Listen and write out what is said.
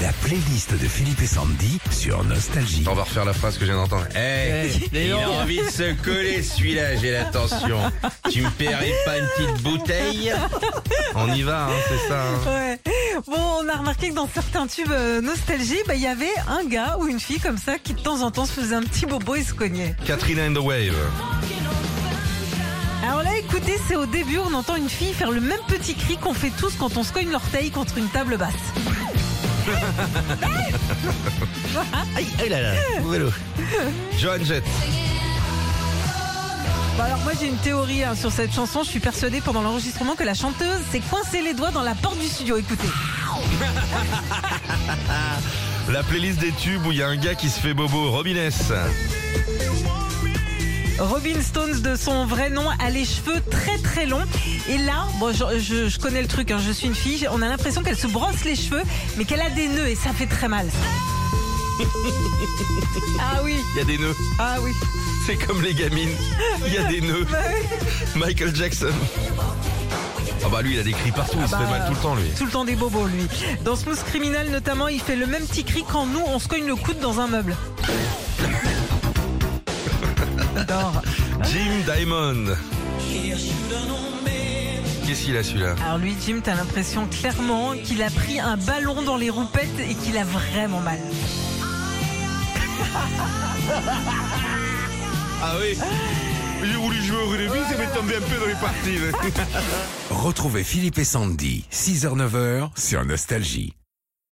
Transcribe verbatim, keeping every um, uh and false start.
La playlist de Philippe et Sandy sur Nostalgie. On va refaire la phrase que je viens d'entendre. Hey, Hey, il a envie de se coller celui-là, j'ai l'attention. Tu me paierais pas une petite bouteille? On y va, hein, c'est ça. Hein. Ouais. Bon, on a remarqué que dans certains tubes euh, nostalgie, bah, il y avait un gars ou une fille comme ça qui de temps en temps se faisait un petit bobo et se cognait. Katrina and the Wave. Alors là, écoutez, c'est au début, on entend une fille faire le même petit cri qu'on fait tous quand on se cogne l'orteil contre une table basse. Aïe, aïe là là. Vélo. Joan Jett. Bon, alors moi j'ai une théorie hein, sur cette chanson. Je suis persuadée pendant l'enregistrement que la chanteuse s'est coincé les doigts dans la porte du studio. Écoutez. La playlist des tubes où il y a un gars qui se fait bobo. Robin S. Robin Stones, de son vrai nom, a les cheveux très très longs. Et là, bon, je, je, je connais le truc, hein, je suis une fille, on a l'impression qu'elle se brosse les cheveux, mais qu'elle a des nœuds et ça fait très mal. Ah oui, Il y a des nœuds. ah oui. C'est comme les gamines. Il y a des nœuds. Bah oui. Michael Jackson. Ah bah lui il a des cris partout, il se Bah, fait mal tout le temps lui. Tout le temps des bobos, lui. Dans Smooth Criminal, notamment, il fait le même petit cri quand nous, on se cogne le coude dans un meuble. J'adore. Jim Diamond. Qu'est-ce qu'il a celui-là? Alors lui, Jim, t'as l'impression clairement qu'il a pris un ballon dans les roupettes et qu'il a vraiment mal. Ah oui. J'ai voulu jouer au rugby, ça m'est tombé un peu dans les parties. Retrouvez Philippe et Sandy, six heures neuf heures sur Nostalgie.